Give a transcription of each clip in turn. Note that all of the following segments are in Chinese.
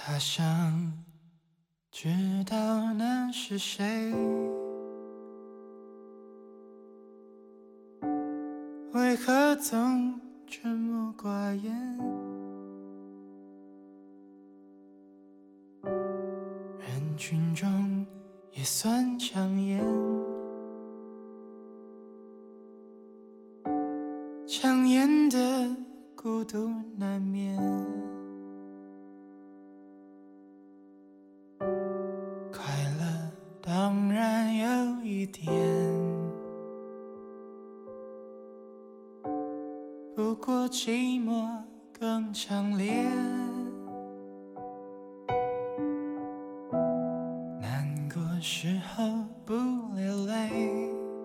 他想知道那是谁，为何总沉默寡言，人群中也算抢眼，抢眼的孤独难免，快乐当然有一点，不过寂寞更强烈，难过时候不流泪，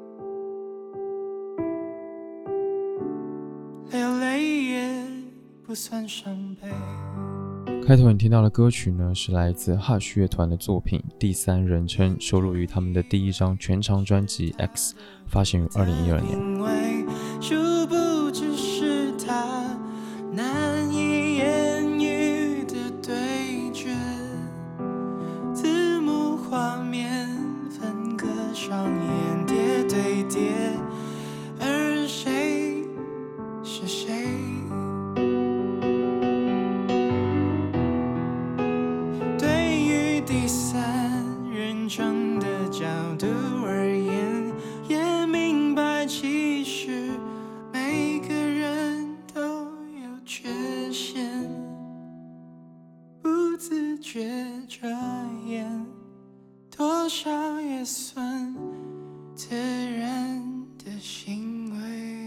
流泪也不算伤悲。 开头你听到的歌曲呢，是来自 Hush 乐团的作品《第三人称》，收录于他们的第一张全长专辑 X， 发行于2012年。 因为殊不知是他难以言喻的对决，字幕画面分割上演叠对叠，而谁是谁？对于第三人称的角度而言，也明白其实每个人都有缺陷，不自觉遮掩，多少也算自然的行为。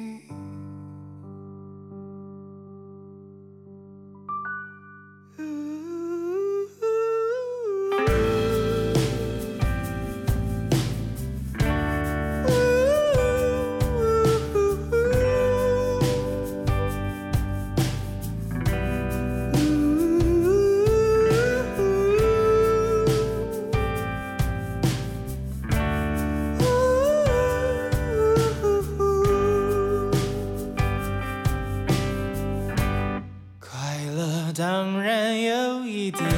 快乐当然有一点，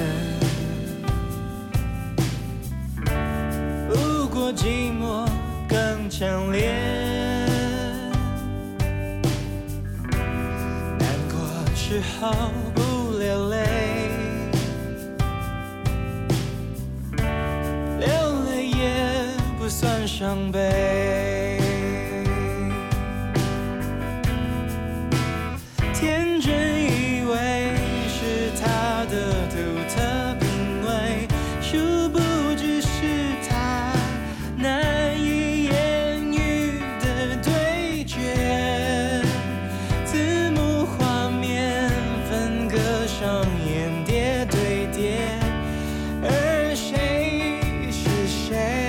不过寂寞更强烈，难过时候不流泪，流泪也不算伤悲，天真以为是他的独特品味，殊不知是他难以言喻的对决，字幕画面分割上演叠对叠，而谁是谁？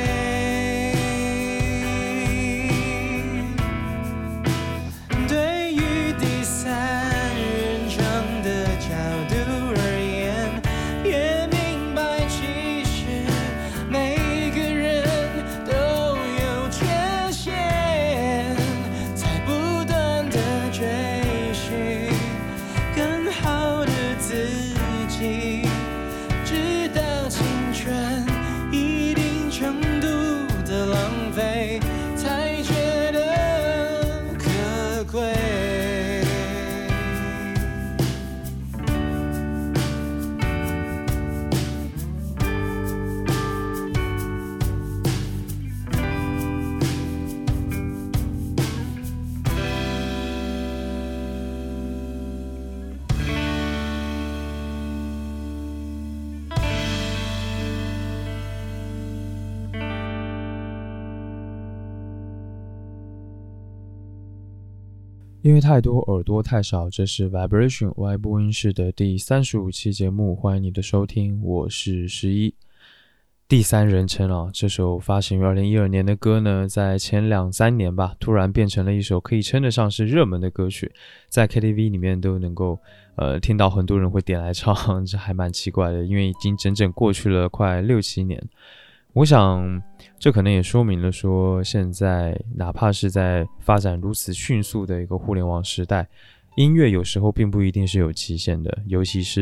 对于第三人称的角度而言，也明白其实每个人都有缺陷，才不断地追寻更好的自己，直到青春一定程度的浪费，才觉得可贵。 因为太多耳朵太少，这是 Vibration Y 播音室的第35期节目，欢迎你的收听，我是11。第三人称啊，这首发行于2012年的歌呢，在前2-3年吧，突然变成了一首可以称得上是热门的歌曲，在 KTV 里面都能够听到很多人会点来唱，这还蛮奇怪的，因为已经整整过去了快6-7年。我想这可能也说明了说，现在哪怕是在发展如此迅速的一个互联网时代，音乐有时候并不一定是有极限的，尤其是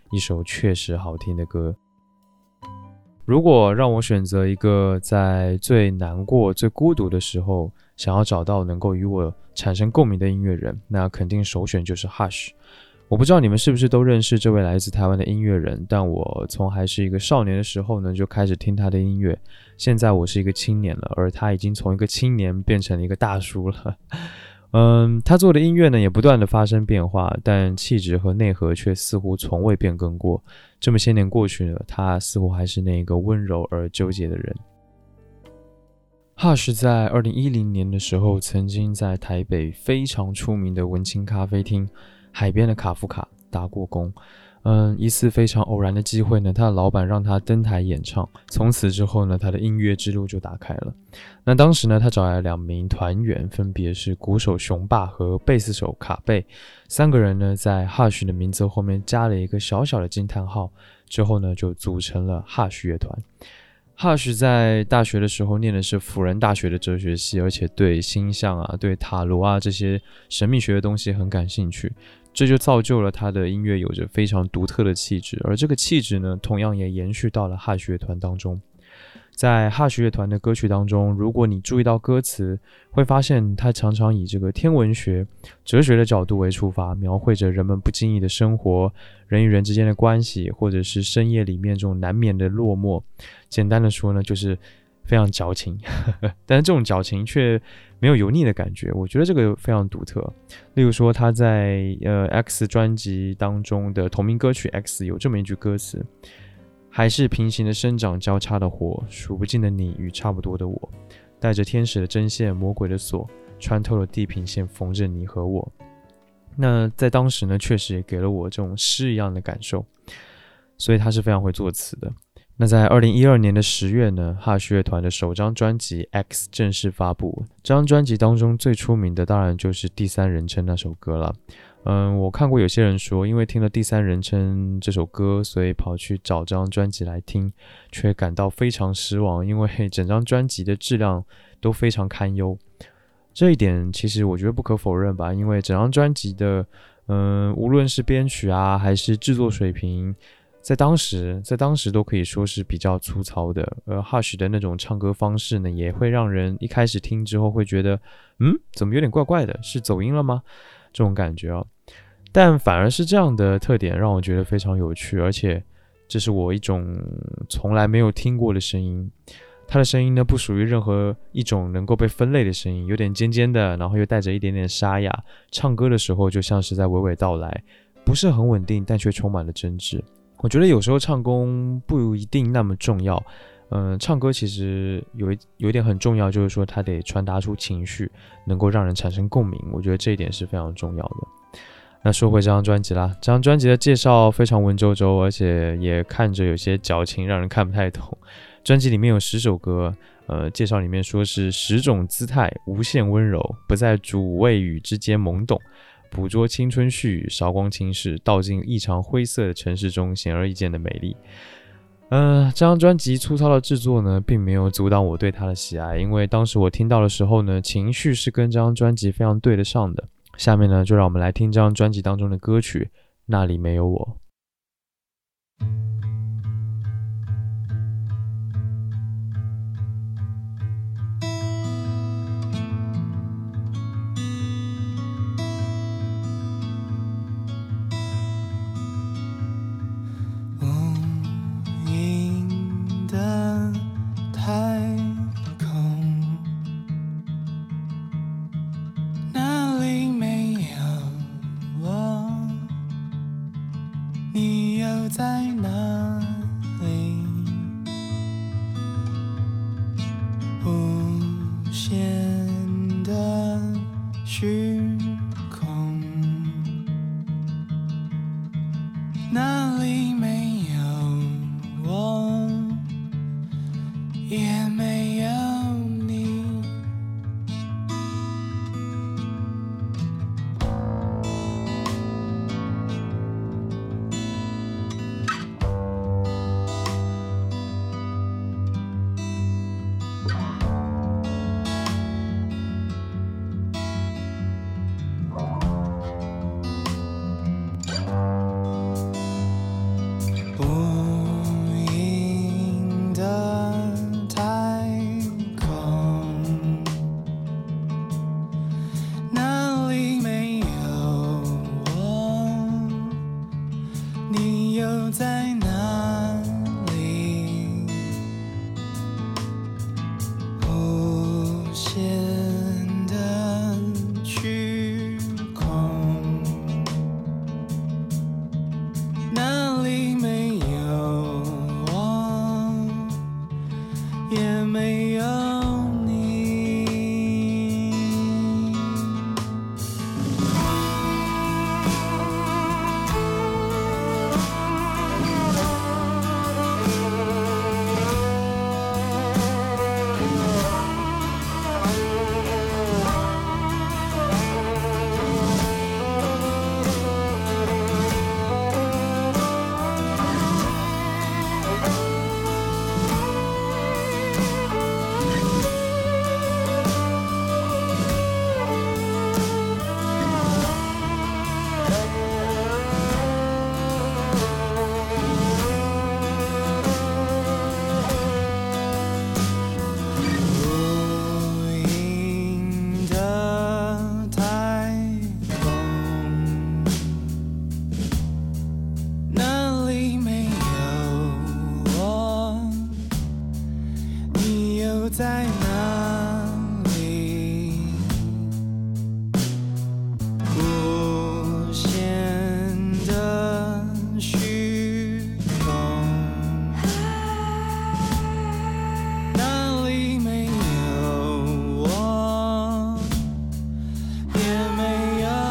一首确实好听的歌。如果让我选择一个在最难过、最孤独的时候想要找到能够与我产生共鸣的音乐人，那肯定首选就是 Hush。 我不知道你们是不是都认识这位来自台湾的音乐人，但我从还是一个少年的时候呢就开始听他的音乐，现在我是一个青年了，而他已经从一个青年变成了一个大叔了。他做的音乐呢也不断的发生变化，但气质和内核却似乎从未变更过。这么些年过去了，他似乎还是那个温柔而纠结的人。Hush 在2010年的时候曾经在台北非常出名的文青咖啡厅海边的卡夫卡打过工。一次非常偶然的机会呢，他的老板让他登台演唱，从此之后呢，他的音乐之路就打开了。那当时呢，他找来2名团员，分别是鼓手熊爸和贝斯手卡贝，3个人呢在 Hush 的名字后面加了一个小小的惊叹号，之后呢就组成了 Hush 乐团。Hush 在大学的时候念的是辅仁大学的哲学系，而且对星象啊、对塔罗啊这些神秘学的东西很感兴趣，这就造就了他的音乐有着非常独特的气质，而这个气质呢，同样也延续到了 Hush 乐团当中。在 Hush 乐团的歌曲当中，如果你注意到歌词，会发现它常常以这个天文学、哲学的角度为出发，描绘着人们不经意的生活、人与人之间的关系，或者是深夜里面这种难免的落寞。简单的说呢，就是非常矫情，但是这种矫情却没有油腻的感觉，我觉得这个非常独特。例如说他在X 专辑当中的同名歌曲 X 有这么一句歌词：还是平行的生长，交叉的活，数不尽的你与差不多的我，带着天使的针线，魔鬼的锁，穿透了地平线，缝着你和我。那在当时呢，确实也给了我这种诗一样的感受，所以他是非常会作词的。那在2012年的10月呢，Hush 乐团的首张专辑 X 正式发布。这张专辑当中最出名的当然就是第三人称那首歌了。我看过有些人说，因为听了第三人称这首歌，所以跑去找这张专辑来听，却感到非常失望，因为整张专辑的质量都非常堪忧。这一点其实我觉得不可否认吧，因为整张专辑的无论是编曲啊还是制作水平，在当时都可以说是比较粗糙的，而 Hush 的那种唱歌方式呢，也会让人一开始听之后会觉得怎么有点怪怪的，是走音了吗？这种感觉但反而是这样的特点让我觉得非常有趣，而且这是我一种从来没有听过的声音。它的声音呢，不属于任何一种能够被分类的声音，有点尖尖的，然后又带着一点点沙哑，唱歌的时候就像是在娓娓道来，不是很稳定，但却充满了真挚。我觉得有时候唱功不一定那么重要，唱歌其实有一点很重要，就是说它得传达出情绪，能够让人产生共鸣，我觉得这一点是非常重要的。那说回这张专辑啦，这张专辑的介绍非常文绉绉，而且也看着有些矫情，让人看不太懂。专辑里面有10首歌，介绍里面说是10种姿态，无限温柔，不在主谓语之间懵懂，捕捉青春絮语，韶光轻逝，道尽异常灰色的城市中显而易见的美丽。这张专辑粗糙的制作呢，并没有阻挡我对它的喜爱，因为当时我听到的时候呢，情绪是跟这张专辑非常对得上的。下面呢，就让我们来听这张专辑当中的歌曲《那里没有我》。 在哪里？无限的虚空，哪里没有我，也没有你。 又在哪里？无限的虚空，那里没有我，也没有在哪里？无限的虚空，那里没有我，也没有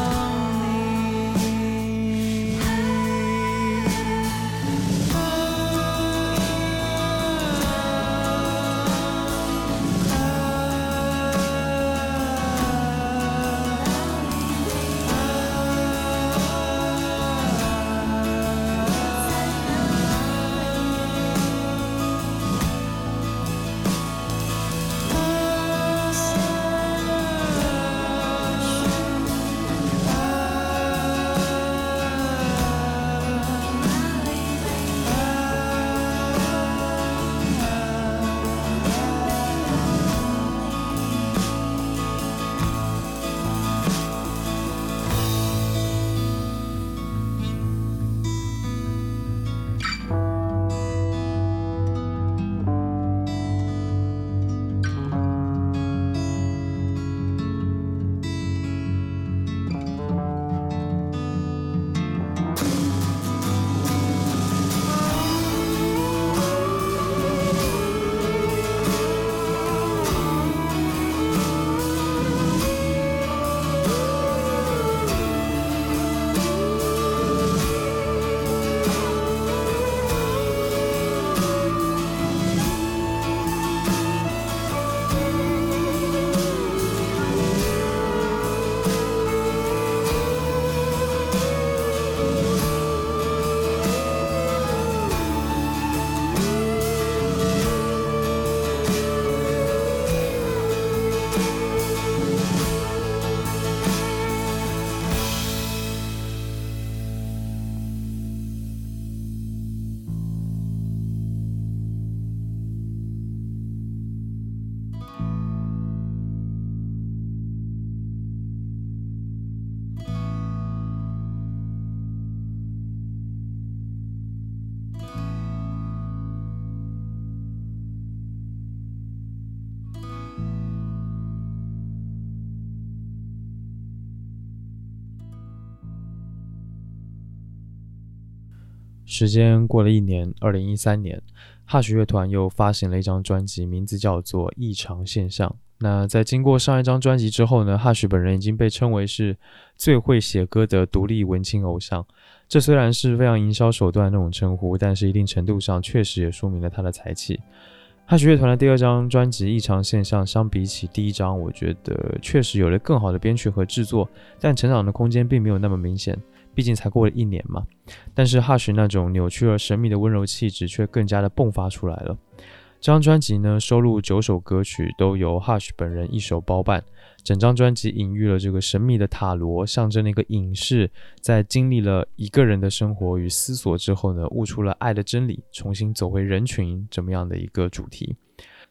时间过了1年，2013年，Hush 乐团又发行了一张专辑，名字叫做《异常现象》。那在经过上一张专辑之后呢，Hush 本人已经被称为是最会写歌的独立文青偶像。这虽然是非常营销手段的那种称呼，但是一定程度上确实也说明了他的才气。Hush 乐团的第2张专辑《异常现象》相比起第1张，我觉得确实有了更好的编曲和制作，但成长的空间并没有那么明显。毕竟才过了1年嘛，但是 Hush 那种扭曲而神秘的温柔气质却更加的迸发出来了。这张专辑呢，收录9首歌曲，都由 Hush 本人一手包办。整张专辑隐喻了这个神秘的塔罗，象征那个隐士在经历了一个人的生活与思索之后呢，悟出了爱的真理，重新走回人群这么样的一个主题。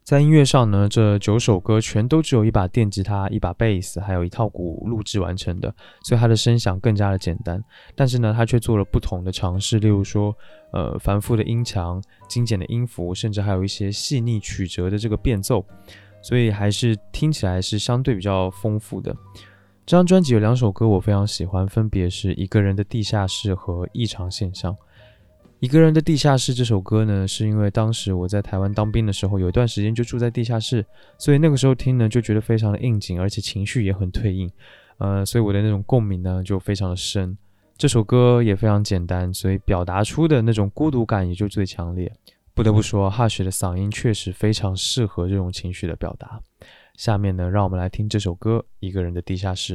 在音乐上呢，这9首歌全都只有一把电吉他、一把贝斯，还有一套鼓录制完成的，所以它的声响更加的简单。但是呢，它却做了不同的尝试，例如说，繁复的音墙、精简的音符，甚至还有一些细腻曲折的这个变奏，所以还是听起来是相对比较丰富的。这张专辑有2首歌我非常喜欢，分别是一个人的地下室和异常现象。一个人的地下室这首歌呢，是因为当时我在台湾当兵的时候，有一段时间就住在地下室，所以那个时候听呢就觉得非常的应景，而且情绪也很对应，所以我的那种共鸣呢就非常的深。这首歌也非常简单，所以表达出的那种孤独感也就最强烈。不得不说 Hush 的嗓音确实非常适合这种情绪的表达。下面呢，让我们来听这首歌《一个人的地下室》。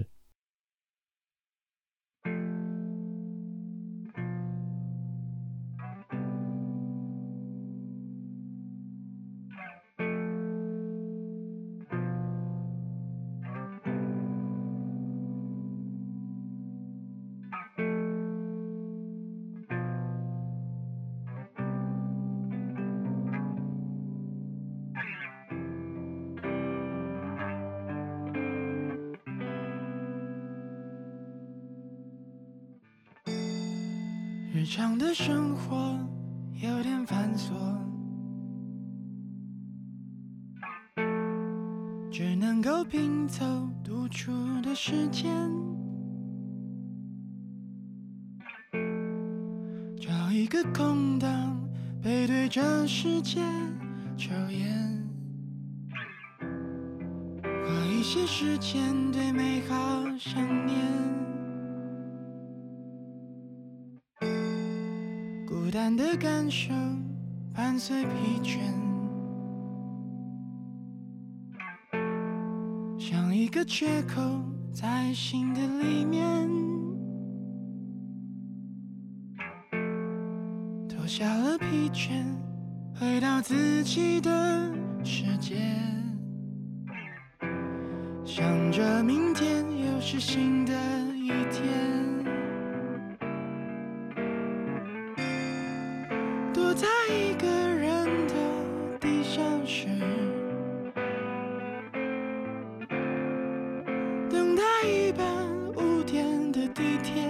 日常的生活有点繁琐，只能够拼凑独处的时间，找一个空档，背对着世界抽烟，花一些时间对美好想念。孤单的感受伴随疲倦，像一个缺口在心的里面，脱下了疲倦，回到自己的世界，想着明天又是新的一天，躲在一个人的地下室，等待一班5点的地铁，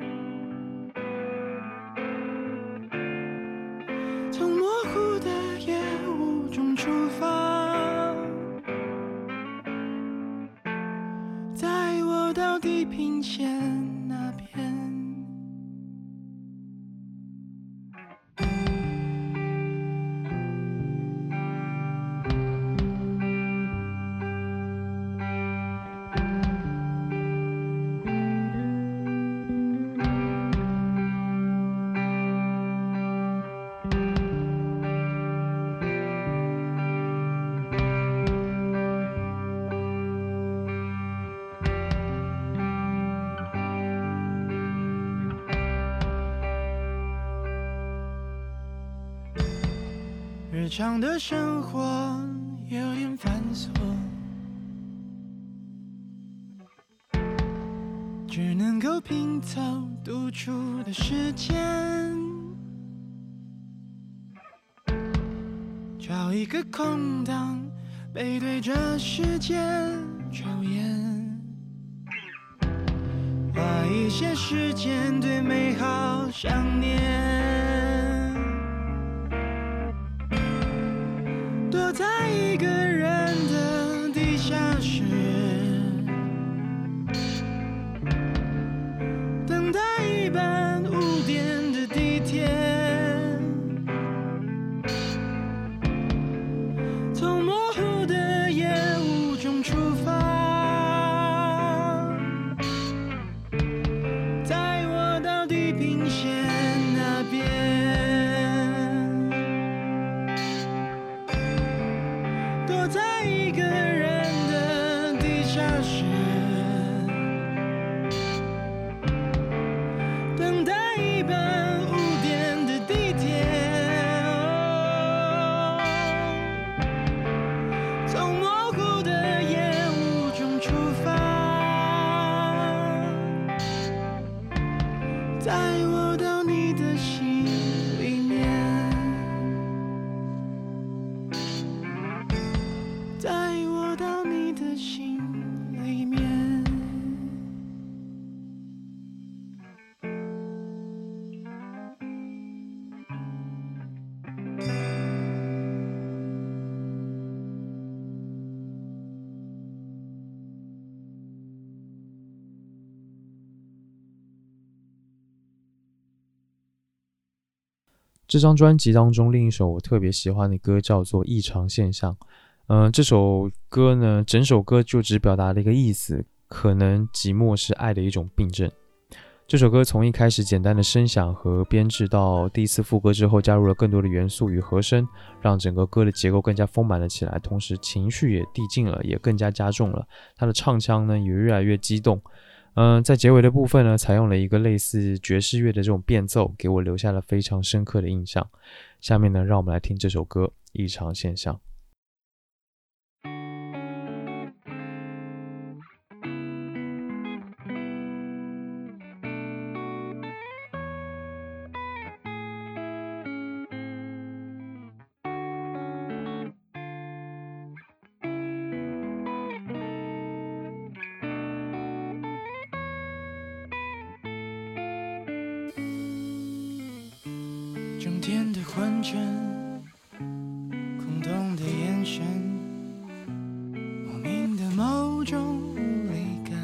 从模糊的夜雾中出发，载我到地平线那边。日常的生活有点繁琐，只能够拼凑独处的时间，找一个空档，背对着世界抽烟，花一些时间对美好想念，躲在一个人的地下室，等待一班5点的地铁，从模糊的夜雾中出发，载我到地平线这张专辑当中另一首我特别喜欢的歌叫做《异常现象》。这首歌呢，整首歌就只表达了一个意思，可能寂寞是爱的一种病症。这首歌从一开始简单的声响和编制，到第一次副歌之后加入了更多的元素与和声，让整个歌的结构更加丰满了起来，同时情绪也递进了，也更加加重了。它的唱腔呢也越来越激动。在结尾的部分呢，采用了一个类似爵士乐的这种变奏，给我留下了非常深刻的印象。下面呢，让我们来听这首歌《异常现象》。 整天的昏沉，空洞的眼神，莫名的某种无力感。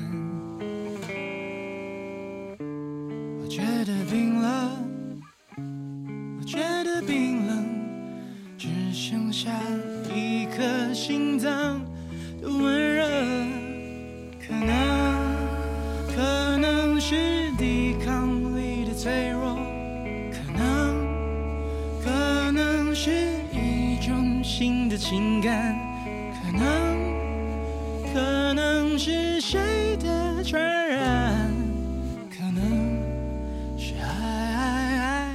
我觉得冰冷，我觉得冰冷，只剩下一颗心脏的温热。可能是抵抗力的脆弱，可能是一种新的情感，可能是谁的传染，可能是爱。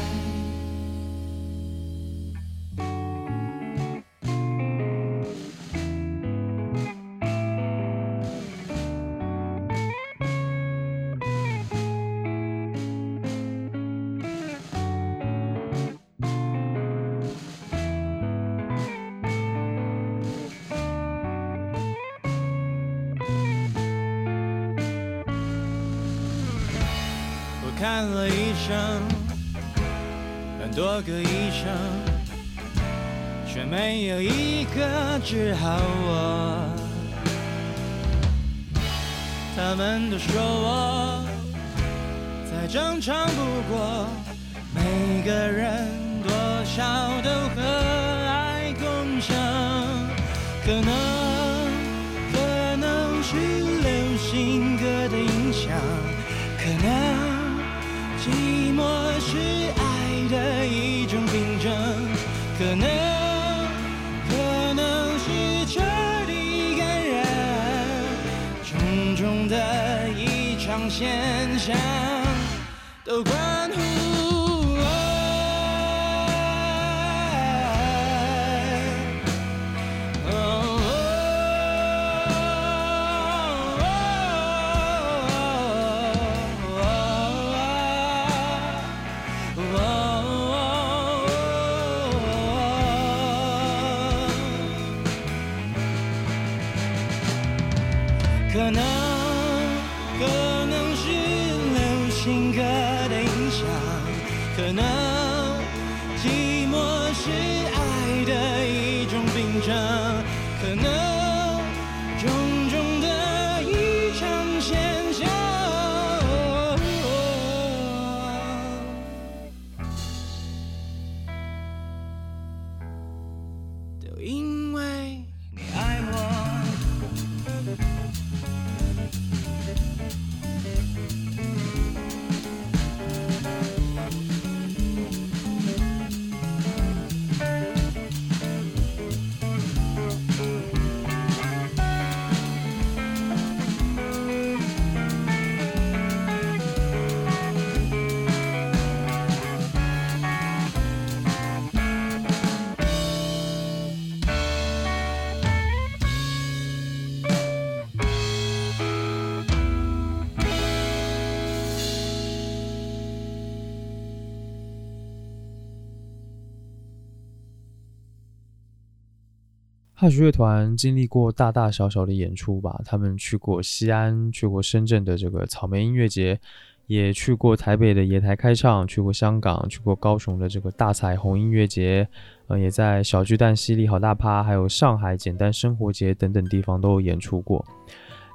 看了医生，很多个医生，却没有一个治好我。他们都说我再正常不过，每个人多少都和爱共生。可能是流行歌的影响，可能寂寞是爱的一种病症，可能是彻底感染，种种的异常现象都关乎爱。可能是流行歌的影响，可能寂寞是爱的一种病症，可能种种的异常现象，都因为你爱我。 哈许乐团经历过大大小小的演出吧，他们去过西安，去过深圳的这个草莓音乐节，也去过台北的野台开唱，去过香港，去过高雄的这个大彩虹音乐节，也在小巨蛋、犀利好大趴，还有上海简单生活节等等地方都有演出过。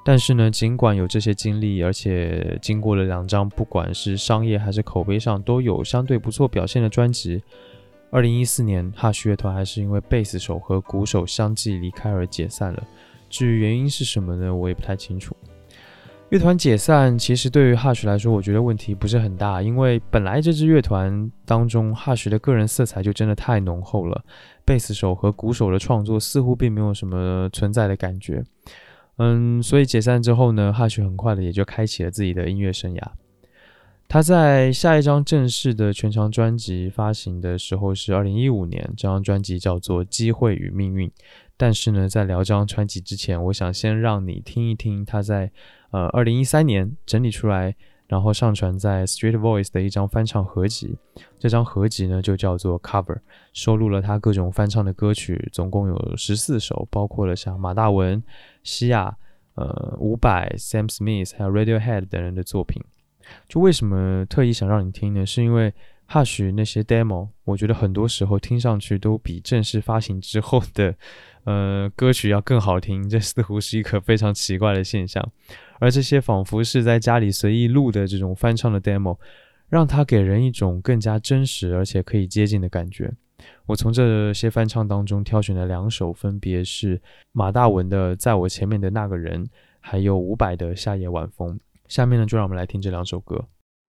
但是呢，尽管有这些经历，而且经过了2张不管是商业还是口碑上都有相对不错表现的专辑，2014年Hush乐团还是因为贝斯手和鼓手相继离开而解散了。至于原因是什么呢，我也不太清楚。乐团解散其实对于 Hush 来说，我觉得问题不是很大，因为本来这支乐团当中 Hush 的个人色彩就真的太浓厚了，贝斯手和鼓手的创作似乎并没有什么存在的感觉。所以解散之后呢 Hush 很快的也就开启了自己的音乐生涯。他在下一张正式的全长专辑发行的时候是2015年，这张专辑叫做《机会与命运》。但是呢，在聊这张专辑之前，我想先让你听一听他在2013年整理出来，然后上传在 Street Voice 的一张翻唱合集。这张合集呢就叫做 Cover， 收录了他各种翻唱的歌曲，总共有14首，包括了像马大文、西亚、伍佰、Sam Smith 还有 Radiohead 等人的作品。就为什么特意想让你听呢？是因为 Hush 那些 demo 我觉得很多时候听上去都比正式发行之后的歌曲要更好听，这似乎是一个非常奇怪的现象。而这些仿佛是在家里随意录的这种翻唱的 demo， 让它给人一种更加真实而且可以接近的感觉。我从这些翻唱当中挑选了2首，分别是马大文的《在我前面的那个人》，还有伍佰的《夏夜晚风》。下面呢，就让我们来听这2首歌。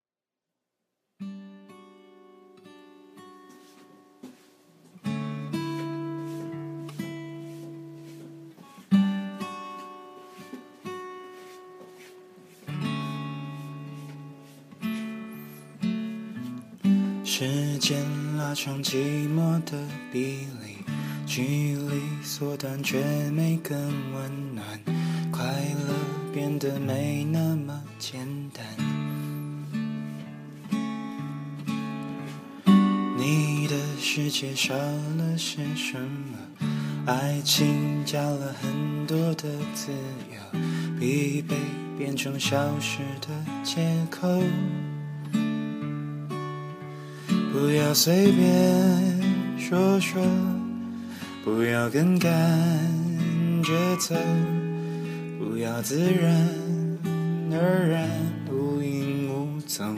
时间拉长寂寞的比例，距离缩短却没更温暖，快乐变得没那么简单。你的世界少了些什么？爱情加了很多的自由，疲惫变成消失的借口。不要随便说说，不要跟感觉走，不要自然而然无影无踪。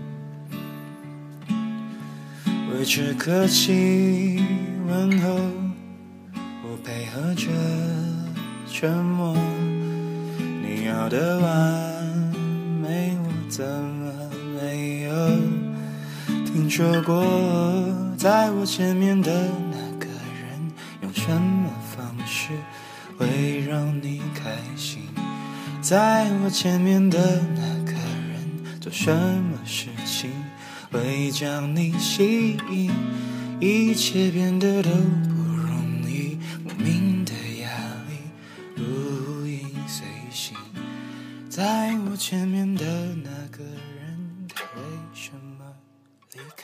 维持客气问候，我配合着沉默。你要的完美，我怎么没有？听说过在我前面的那个人用什么方式会让你开心，在我前面的那个人做什么事情会将你吸引，一切变得都不容易，莫名的压力如影随形，在我前面的那个人他为什么离开？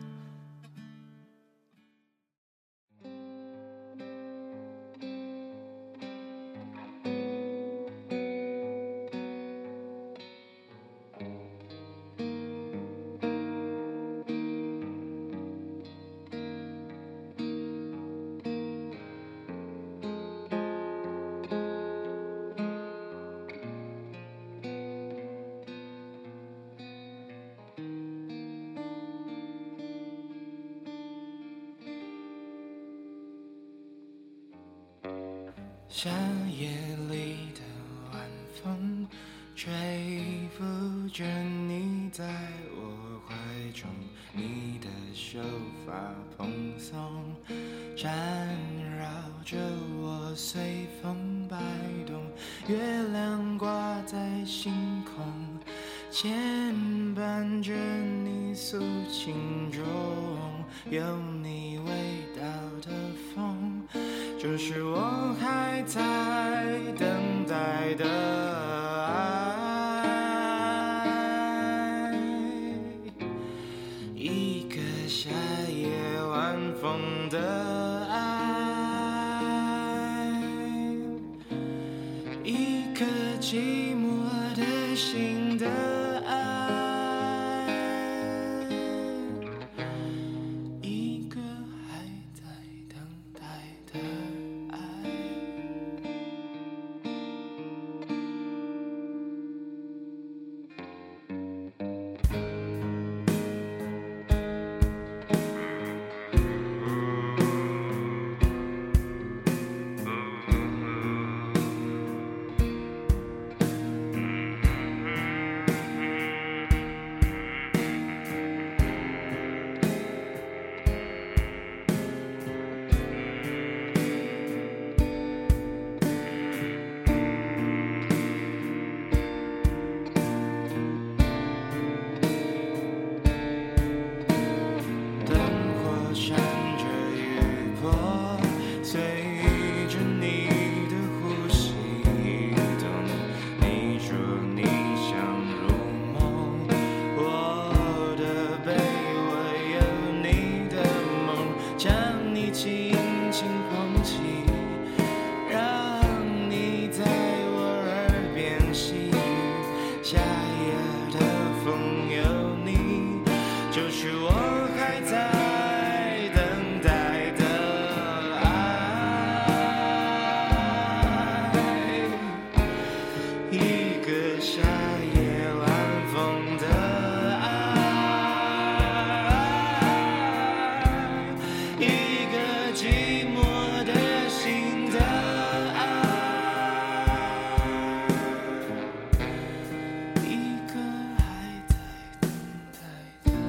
夏夜里的晚风吹拂着你在我怀中，你的秀发蓬松缠绕着我随风摆动，月亮挂在星空牵绊着你诉情中，有你味道的风，就是我还在等待的爱，一个夏夜晚风的爱，一颗寂寞的心的爱，一个还在等待的爱。 就是我还在等待的爱，一个夏夜晚风的爱，一个寂寞的心的爱，一个还在等待的爱。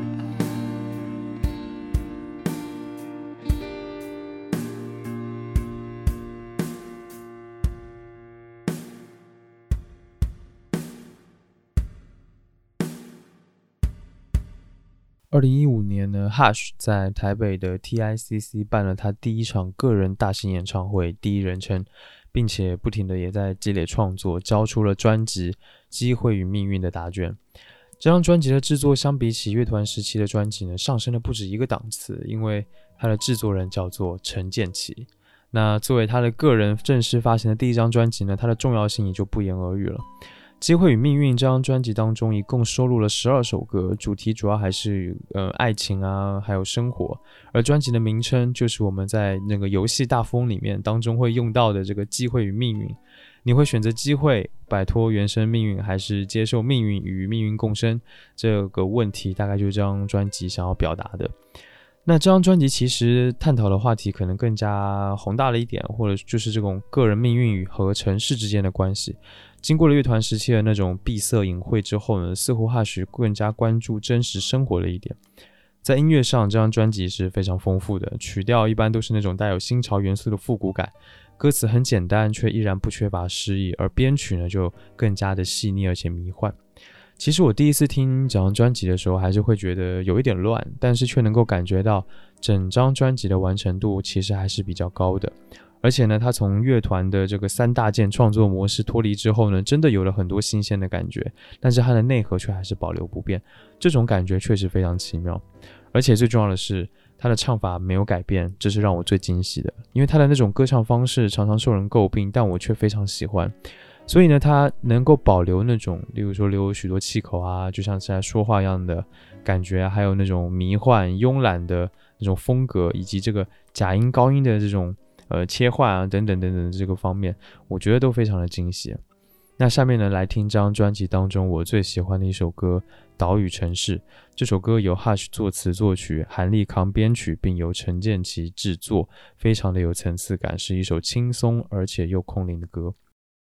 2015年呢 ，Hush 在台北的 TICC 办了他第一场个人大型演唱会，第一人称，并且不停的也在积累创作，交出了专辑《机会与命运》的答卷。这张专辑的制作相比起乐团时期的专辑呢，上升了不止一个档次，因为它的制作人叫做陈建骐。那作为他的个人正式发行的第一张专辑呢，它的重要性也就不言而喻了。《机会与命运》这张专辑当中，一共收录了12首歌，主题主要还是爱情啊，还有生活。而专辑的名称就是我们在那个游戏大富翁里面当中会用到的这个机会与命运。你会选择机会摆脱原生命运，还是接受命运与命运共生？这个问题大概就是这张专辑想要表达的。那这张专辑其实探讨的话题可能更加宏大了一点，或者就是这种个人命运和城市之间的关系。经过了乐团时期的那种闭塞隐晦之后呢，似乎Hush更加关注真实生活了一点。在音乐上，这张专辑是非常丰富的，曲调一般都是那种带有新潮元素的复古感，歌词很简单，却依然不缺乏诗意，而编曲呢就更加的细腻而且迷幻。其实我第一次听整张专辑的时候，还是会觉得有一点乱，但是却能够感觉到整张专辑的完成度其实还是比较高的。而且呢，他从乐团的这个三大件创作模式脱离之后呢，真的有了很多新鲜的感觉，但是它的内核却还是保留不变，这种感觉确实非常奇妙。而且最重要的是，他的唱法没有改变，这是让我最惊喜的，因为他的那种歌唱方式常常受人诟病，但我却非常喜欢。所以呢，他能够保留那种，例如说留许多气口啊，就像是在说话一样的感觉，还有那种迷幻慵懒的那种风格，以及这个假音高音的这种切换啊等等等等的这个方面，我觉得都非常的惊喜。那下面呢，来听这张专辑当中我最喜欢的一首歌《岛屿城市》。这首歌由 Hush 作词作曲，韩立康编曲，并由陈建骐制作，非常的有层次感，是一首轻松而且又空灵的歌。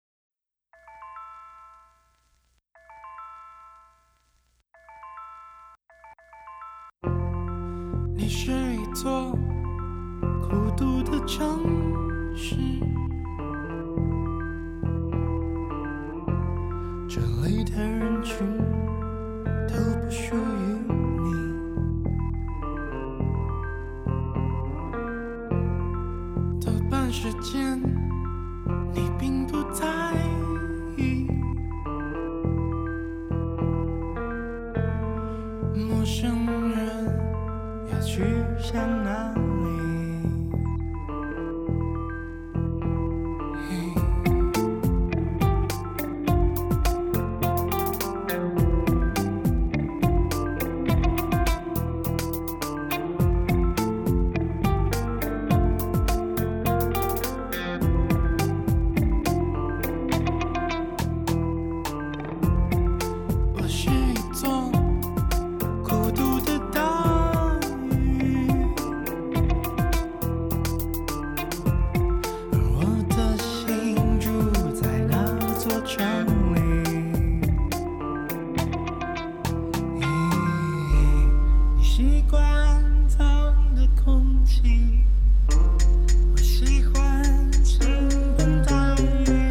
你是一座孤独的城市，这里的人群都不属于你，多半时间你并不在意，陌生人要去向哪里？我是一座孤独的岛屿，而我的心住在那座城里。你习惯脏的空气，我喜欢倾盆大雨，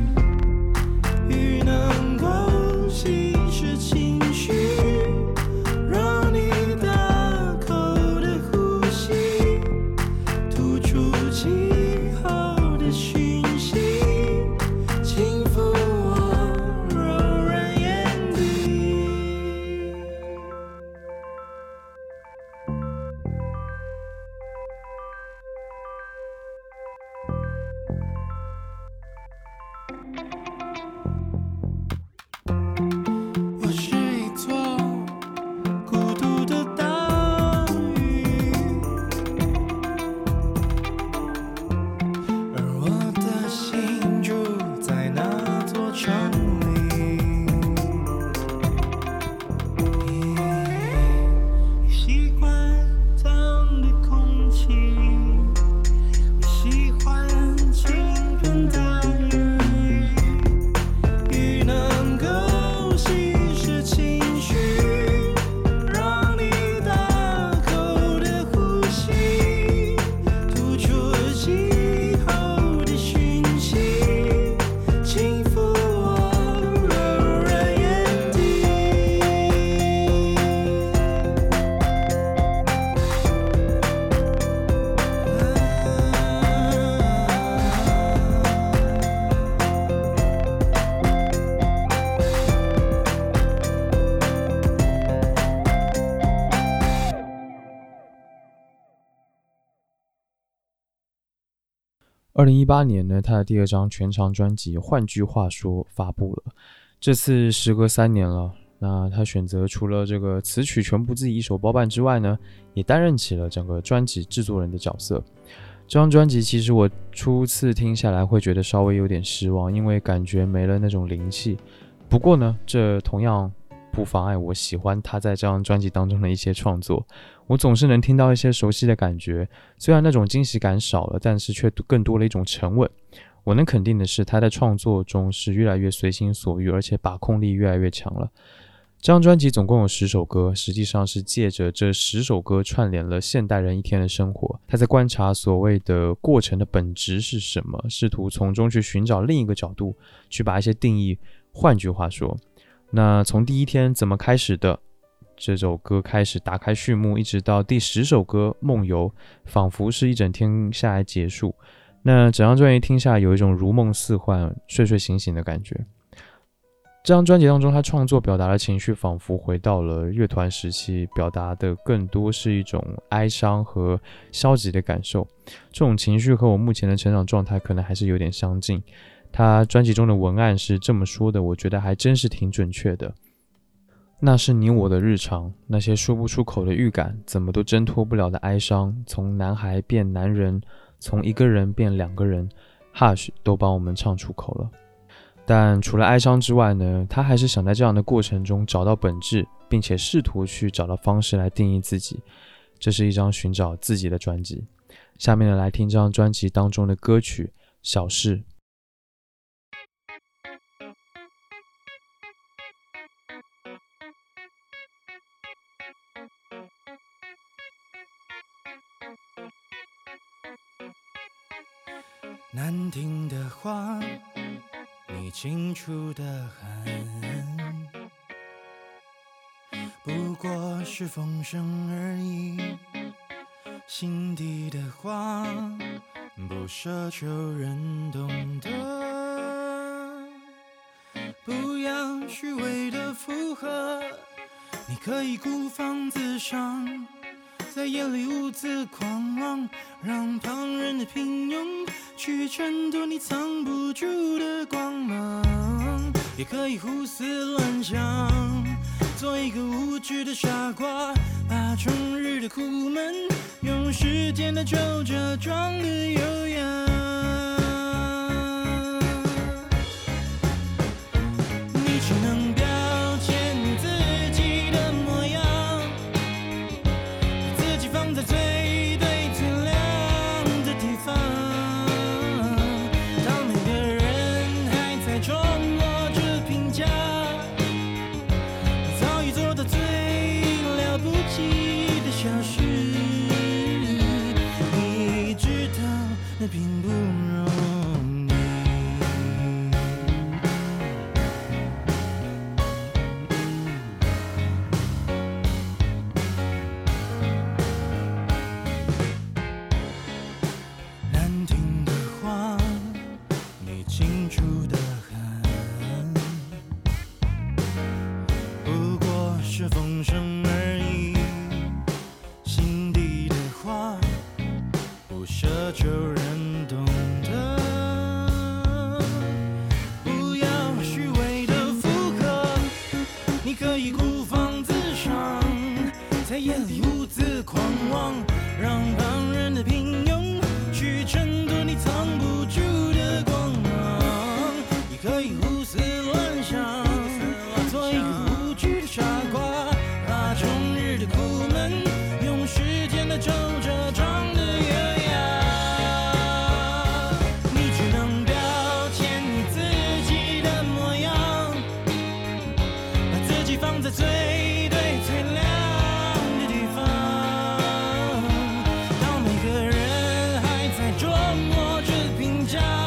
雨能够稀释情绪，让你大口的呼吸，吐出气候的讯息，轻抚我柔软眼底。 2018年呢，他的第2张全长专辑《换句话说》发布了。这次时隔3年了，那他选择除了这个词曲全部自己一手包办之外呢，也担任起了整个专辑制作人的角色。这张专辑其实我初次听下来会觉得稍微有点失望，因为感觉没了那种灵气。不过呢，这同样不妨碍我喜欢他在这张专辑当中的一些创作。我总是能听到一些熟悉的感觉，虽然那种惊喜感少了，但是却更多了一种沉稳。我能肯定的是，他在创作中是越来越随心所欲，而且把控力越来越强了。这张专辑总共有10首歌，实际上是借着这10首歌串联了现代人一天的生活。他在观察所谓的过程的本质是什么，试图从中去寻找另一个角度，去把一些定义换句话说。那从第一天怎么开始的这首歌开始打开序幕，一直到第10首歌梦游，仿佛是一整天下来结束。那整张专辑听下来有一种如梦似幻、睡睡醒醒的感觉。这张专辑当中，他创作表达的情绪仿佛回到了乐团时期，表达的更多是一种哀伤和消极的感受。这种情绪和我目前的成长状态可能还是有点相近。他专辑中的文案是这么说的，我觉得还真是挺准确的。那是你我的日常，那些说不出口的预感，怎么都挣脱不了的哀伤，从男孩变男人，从一个人变2个人， Hush 都帮我们唱出口了。但除了哀伤之外呢，他还是想在这样的过程中找到本质，并且试图去找到方式来定义自己。这是一张寻找自己的专辑。下面呢，来听这张专辑当中的歌曲《小事》。 难听的话你清楚的很，不过是风声而已。心底的话不奢求人懂得，不要虚伪的附和，你可以孤芳自赏，在夜里兀自狂妄，让旁人的平庸去衬托你藏不住的光芒。也可以胡思乱想，做一个无知的傻瓜，把终日的苦闷用时间的皱褶装得优雅。你只能表现自己的模样，把自己放在最对最亮的地方。当每个人还在琢磨着评价，你早已做到最了不起的小事。你知道那并不容易。难听的话你清楚的很，不过是风声而已。心底的话不奢求人懂得，不要虚伪的附和，你可以孤芳自赏，在夜里兀自狂妄，让旁人的平庸去衬托你藏不住的光芒。也可以胡思乱想，做一个无知的傻瓜，把终日的苦闷用时间的皱褶装得优雅。你只能表现你自己的模样，把自己放在最对最亮的地方。当每个人还在琢磨着评价，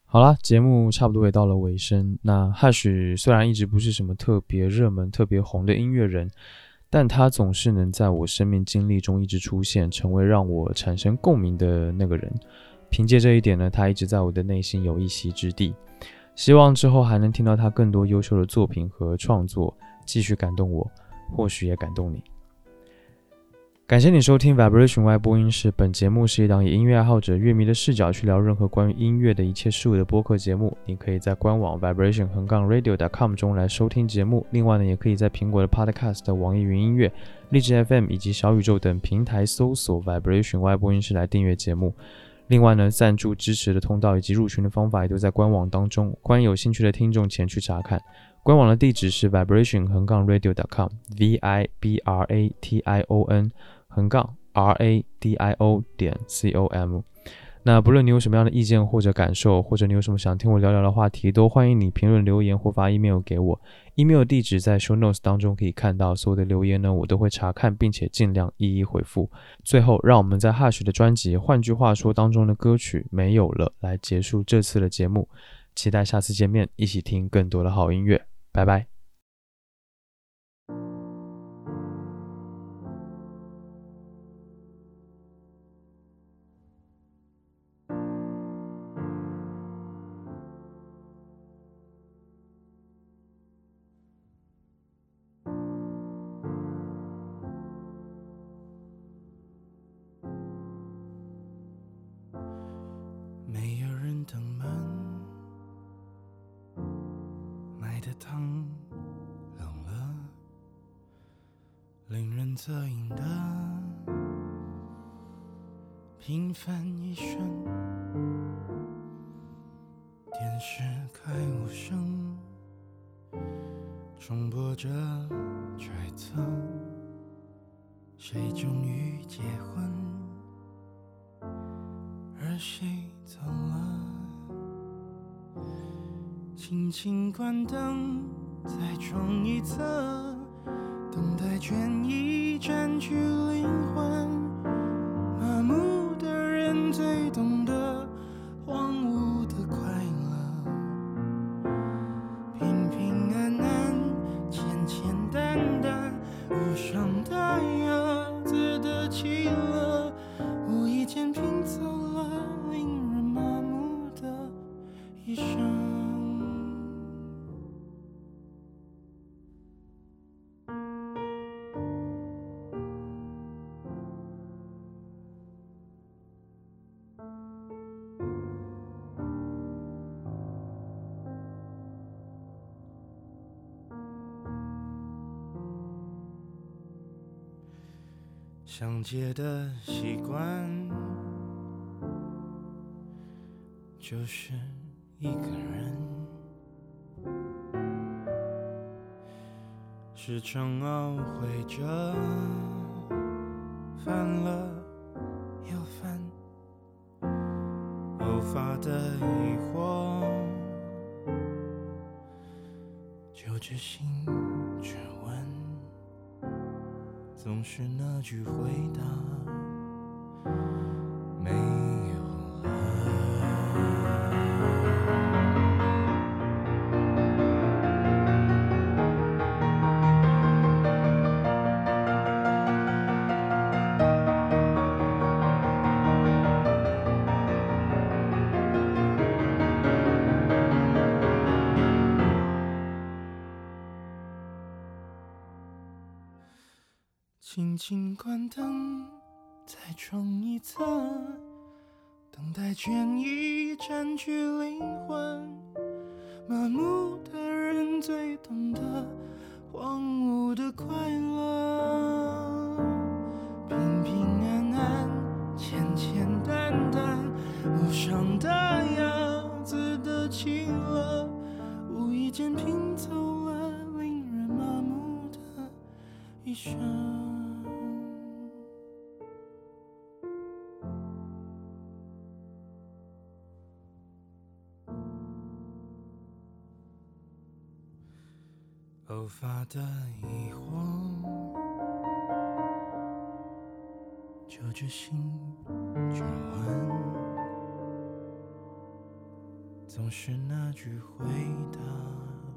好啦，节目差不多也到了尾声。那 Hush 虽然一直不是什么特别热门、特别红的音乐人，但他总是能在我生命经历中一直出现，成为让我产生共鸣的那个人。凭借这一点呢，他一直在我的内心有一席之地。希望之后还能听到他更多优秀的作品和创作，继续感动我，或许也感动你。感谢你收听 Vibration Y 播音室，本节目是一档以音乐爱好者、乐迷的视角去聊任何关于音乐的一切事物的播客节目。你可以在官网 vibration-radio.com 中来收听节目，另外呢，也可以在苹果的 Podcast、网易云音乐、荔枝 FM 以及小宇宙等平台搜索 Vibration Y 播音室来订阅节目。另外呢，赞助支持的通道以及入群的方法也都在官网当中，欢迎有兴趣的听众前去查看。官网的地址是 vibration-radio.com vibration-radio.radio.com。那不论你有什么样的意见或者感受，或者你有什么想听我聊聊的话题，都欢迎你评论留言或发 email 给我。email 地址在 show notes 当中可以看到，所有的留言呢，我都会查看，并且尽量一一回复。最后，让我们在 Hush 的专辑《换句话说》当中的歌曲《没有了》来结束这次的节目。期待下次见面，一起听更多的好音乐。拜拜。 没有人登门，买的糖冷了，令人侧影的平凡一生。电视开无声，重播着揣测，谁终于结婚，而谁走了。轻轻关灯，再窗一侧，等待倦意占据灵魂。麻木的人最懂得荒芜的快乐，平平安安，简简单单，无伤大雅，自得其乐，无意间拼凑了令人麻木的一生。相借的习惯，就是一个人，时常懊悔着，烦了又烦，偶发的疑惑，就只心只问，总是那句回答，没有了。轻轻关灯，在窗一侧，等待倦意占据灵魂。麻木的人最懂得荒芜的快乐，平平安安，简简单单，无伤大雅，自得其乐，无意间拼凑了令人麻木的一生。偶发的疑惑，就只心只问，总总是那句回答。